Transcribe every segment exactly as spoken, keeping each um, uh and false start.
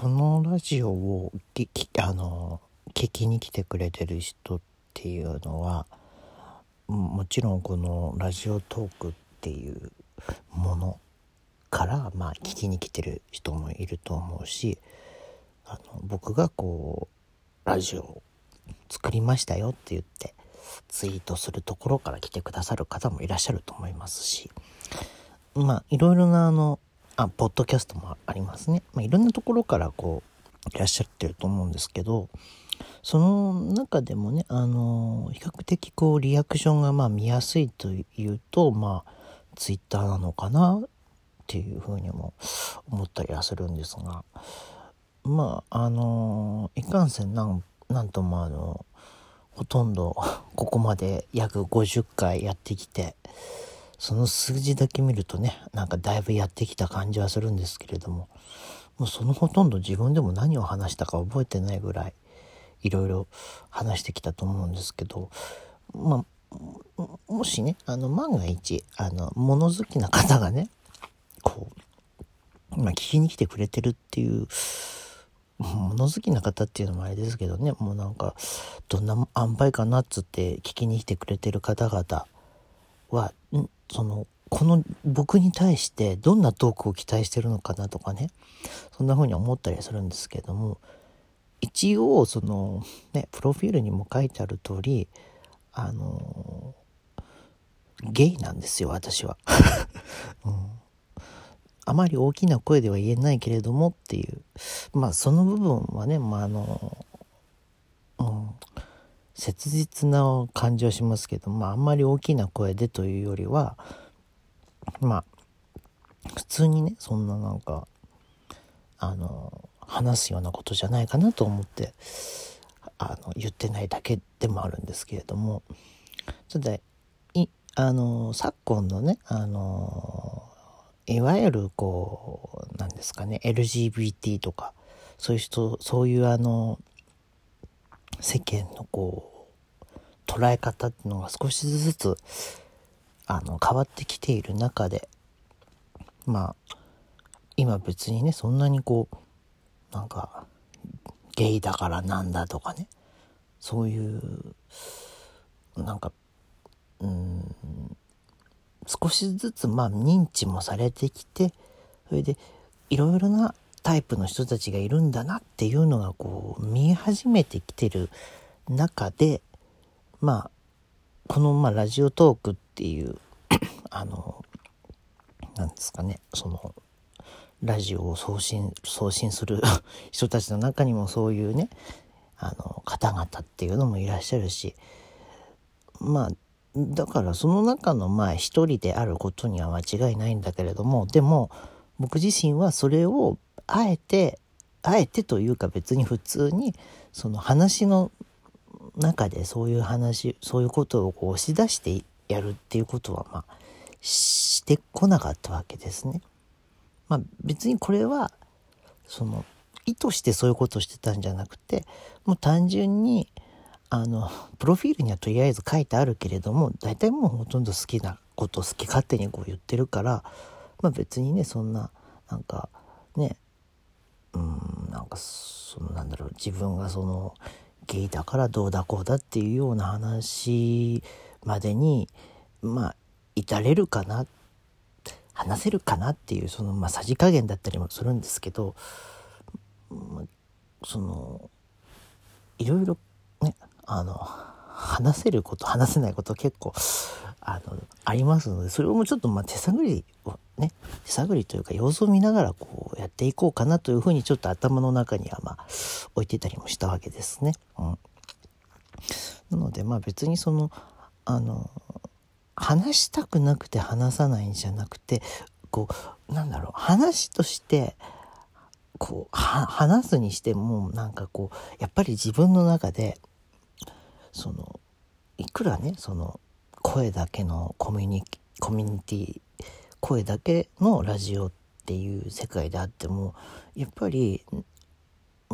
このラジオをききあの聞きに来てくれてる人っていうのは、ももちろんこのラジオトークっていうものからまあ聞きに来てる人もいると思うし、あの僕がこうラジオを作りましたよって言ってツイートするところから来てくださる方もいらっしゃると思いますし、まあいろいろなあのあポッドキャストもありますね。まあ、いろんなところからこういらっしゃってると思うんですけど、その中でもね、あの比較的こうリアクションがまあ見やすいというと、まあツイッターなのかなっていうふうにも思ったりはするんですが、まああのいかんせんなんなんともあのほとんどここまで約ごじゅっかいやってきて、その数字だけ見るとね、なんかだいぶやってきた感じはするんですけれども、もうそのほとんど自分でも何を話したか覚えてないぐらいいろいろ話してきたと思うんですけど、まあもしね、あの万が一あの物好きな方がね、こう、まあ、聞きに来てくれてるっていう、物好きな方っていうのもあれですけどね、もうなんかどんな塩梅かなっつって聞きに来てくれてる方々は、んそのこの僕に対してどんなトークを期待してるのかなとかね、そんな風に思ったりするんですけども、一応そのねプロフィールにも書いてある通り、あのゲイなんですよ私は、うん、あまり大きな声では言えないけれどもっていう、まあその部分はね、まああの、うん、切実な感じはしますけど、まああんまり大きな声でというよりは、まあ普通にね、そんななんかあの話すようなことじゃないかなと思ってあの言ってないだけでもあるんですけれども、ただいあの昨今のね、あのいわゆるこうなんですかね、 エルジービーティー とかそういう人、そういうあの世間のこう捉え方っていうのが少しずつあの変わってきている中で、まあ今別にねそんなにこうなんかゲイだからなんだとかね、そういうなんかうーん少しずつまあ認知もされてきて、それでいろいろなタイプの人たちがいるんだなっていうのがこう見え始めてきてる中で、まあこのまあラジオトークっていうあのなんですかね、そのラジオを送信送信する人たちの中にもそういうねあの方々っていうのもいらっしゃるし、まあだからその中のまあ一人であることには間違いないんだけれども、でも僕自身はそれをあえてあえてというか別に普通にその話の中でそういう話そういうことをこう押し出してやるっていうことはまあしてこなかったわけですね。まあ別にこれはその意図してそういうことをしてたんじゃなくて、もう単純にあのプロフィールにはとりあえず書いてあるけれども、大体もうほとんど好きなことを好き勝手にこう言ってるから、まあ別にねそんななんかねうーんなんかそのなんだろう、自分がそのゲイだからどうだこうだっていうような話までにまあ至れるかな、話せるかなっていうそのまあさじ加減だったりもするんですけど、まあ、そのいろいろねあの話せること話せないこと結構あのありますので、それをもうちょっとまあ手探りをね手探りというか様子を見ながらこうやっていこうかなというふうにちょっと頭の中にはまあ置いてたりもしたわけですね。うん、なのでまあ別にそのあの話したくなくて話さないんじゃなくて、こうなんだろう、話としてこうは話すにしてもなんかこうやっぱり自分の中でそのいくらねその声だけのコミュニコミュニティ声だけのラジオっていう世界であっても、やっぱり、うん、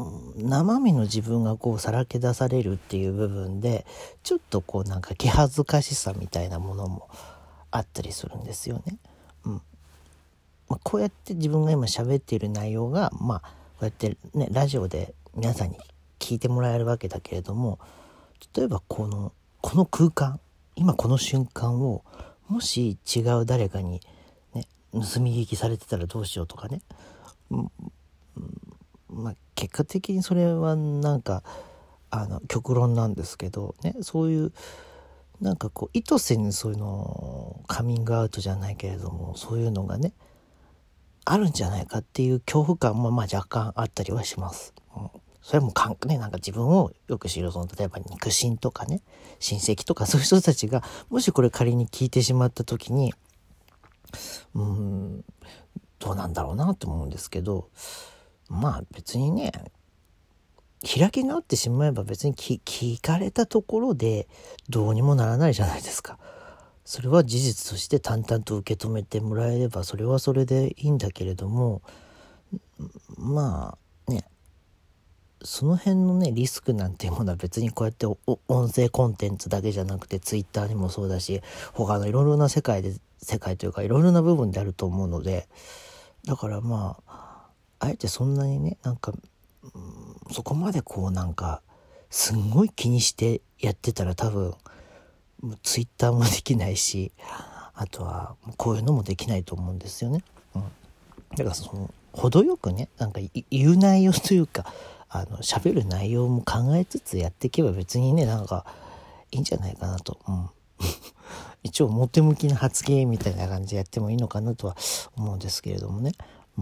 生身の自分がこうさらけ出されるっていう部分でちょっとこうなんか気恥ずかしさみたいなものもあったりするんですよね。うんまあ、こうやって自分が今喋っている内容がまあうやってねラジオで皆さんに聞いてもらえるわけだけれども、例えばこのこの空間、今この瞬間をもし違う誰かに、ね、盗み聞きされてたらどうしようとかね、うん、まあ結果的にそれはなんかあの極論なんですけどね、そういうなんかこう意図せぬそういうのカミングアウトじゃないけれども、そういうのがねあるんじゃないかっていう恐怖感もまあ若干あったりはします、うん、それもかん、ね、なんか自分をよく知るその例えば肉親とかね親戚とかそういう人たちがもしこれ仮に聞いてしまった時にうーんどうなんだろうなと思うんですけど、まあ別にね開き直ってしまえば別に聞、聞かれたところでどうにもならないじゃないですか。それは事実として淡々と受け止めてもらえればそれはそれでいいんだけれども、まあねその辺のねリスクなんていうものは別にこうやって音声コンテンツだけじゃなくてツイッターにもそうだし他のいろいろな世界で世界というかいろいろな部分であると思うので、だからまああえてそんなにねなんか、うん、そこまでこうなんかすんごい気にしてやってたら多分ツイッターもできないし、あとはこういうのもできないと思うんですよね、うん、だからその程よくねなんか言う内容というかあの喋る内容も考えつつやっていけば別にねなんかいいんじゃないかなと、うん、一応表向きな発言みたいな感じでやってもいいのかなとは思うんですけれどもね、うん、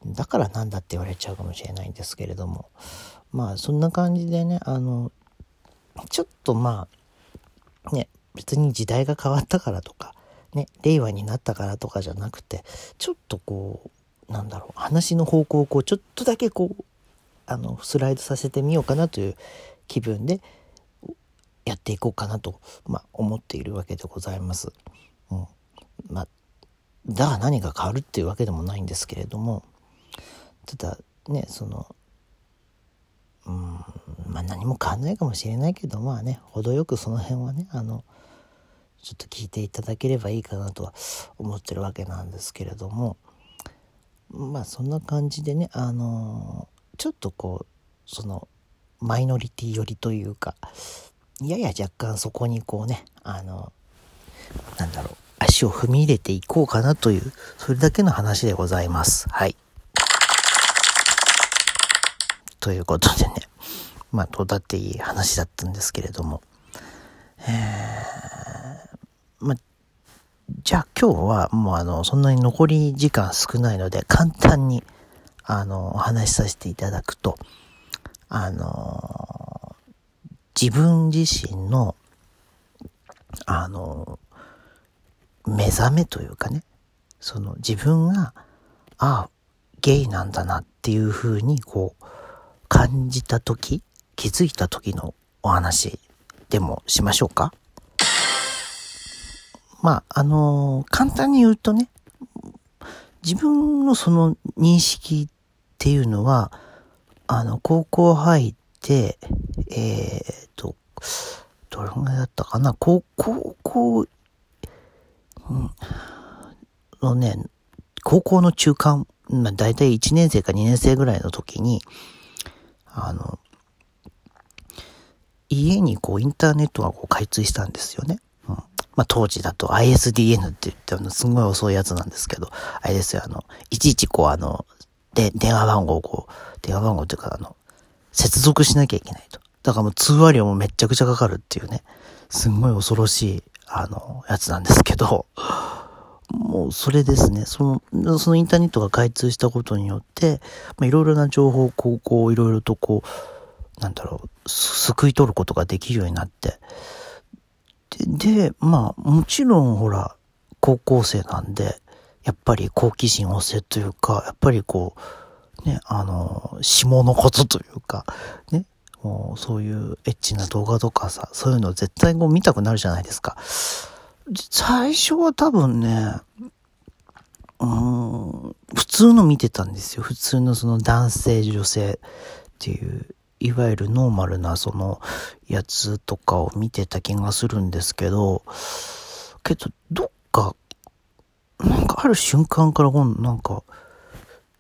だからなんだって言われちゃうかもしれないんですけれども、まあそんな感じでねあのちょっとまあね別に時代が変わったからとかね令和になったからとかじゃなくてちょっとこうなんだろう話の方向をこうちょっとだけこうあのスライドさせてみようかなという気分でやっていこうかなと、まあ、思っているわけでございます、うん、まあだから何が変わるっていうわけでもないんですけれども、ただねそのうんまあ何も変わんないかもしれないけどまあね程よくその辺はねあのちょっと聞いていただければいいかなとは思ってるわけなんですけれども、まあそんな感じでねあのちょっとこうそのマイノリティ寄りというかやや若干そこにこうねあのなんだろう足を踏み入れていこうかなというそれだけの話でございます。はいということでねまあどうだっていい話だったんですけれども、えー、まあじゃあ今日はもうあのそんなに残り時間少ないので簡単にあのお話しさせていただくと、あの自分自身のあの目覚めというかねその自分がああゲイなんだなっていう風にこう感じた時気づいた時のお話でもしましょうか。まああの簡単に言うとね自分のその認識っていうのはあの高校入ってえー、っとどれぐらいだったかな高校、うん、のね高校の中間、まあ、だいたいいちねん生かにねん生ぐらいの時にあの家にこうインターネットがこう開通したんですよね、うんまあ、当時だと アイエスディーエヌ って言ってあのすごい遅いやつなんですけどあれですよあのいちいちこうあので電話番号をこう電話番号というかあの接続しなきゃいけないと。だからもう通話料もめっちゃくちゃかかるっていうねすんごい恐ろしいあのやつなんですけど、もうそれですねそのそのインターネットが開通したことによっていろいろな情報をこうこういろいろとこうなんだろうすくい取ることができるようになってで、でまあもちろんほら高校生なんでやっぱり好奇心旺盛というかやっぱりこうねあの下のことというかねもうそういうエッチな動画とかさそういうの絶対こう見たくなるじゃないですか。最初は多分ねうーん普通の見てたんですよ。普通のその男性女性っていういわゆるノーマルなそのやつとかを見てた気がするんですけど、けどどっかなんかある瞬間からなんか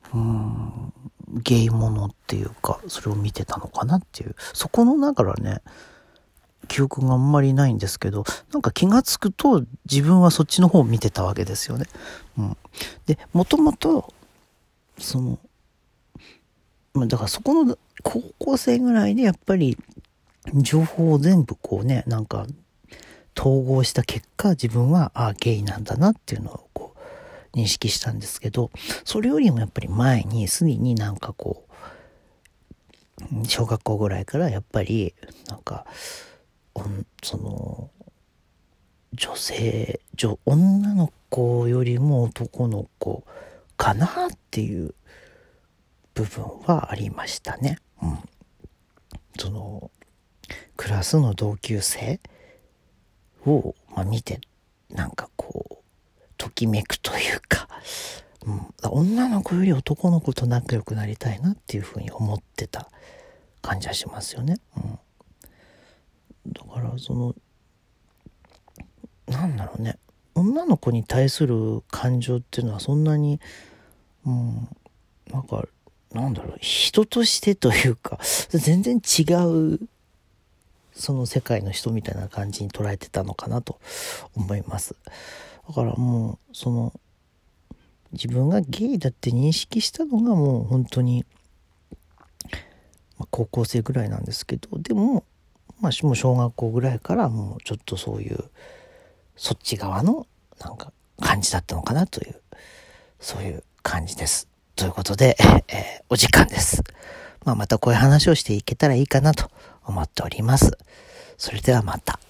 うーんゲイものっていうか、それを見てたのかなっていう、そこのだからね記憶があんまりないんですけど、なんか気がつくと自分はそっちの方を見てたわけですよね。うん、でもともとそのだからそこの高校生ぐらいでやっぱり情報を全部こうねなんか統合した結果、自分はああゲイなんだなっていうのをこう認識したんですけど、それよりもやっぱり前にすでになんかこう小学校ぐらいからやっぱりなんかその女性女女の子よりも男の子かなっていう部分はありましたね。うん、そのクラスの同級生を、まあ、見てなんかこうときめくというか、うん、女の子より男の子と仲良くなりたいなっていうふうに思ってた感じはしますよね。うん、だからそのなんだろうね、女の子に対する感情っていうのはそんなに、うん、なんかなんだろう人としてというか全然違うその世界の人みたいな感じに捉えてたのかなと思います。だからもうその自分がゲイだって認識したのがもう本当に、まあ、高校生ぐらいなんですけど、でもまあもう小学校ぐらいからもうちょっとそういうそっち側のなんか感じだったのかなという、そういう感じです。ということで、えー、お時間です。まあ、またこういう話をしていけたらいいかなと思っております。それではまた。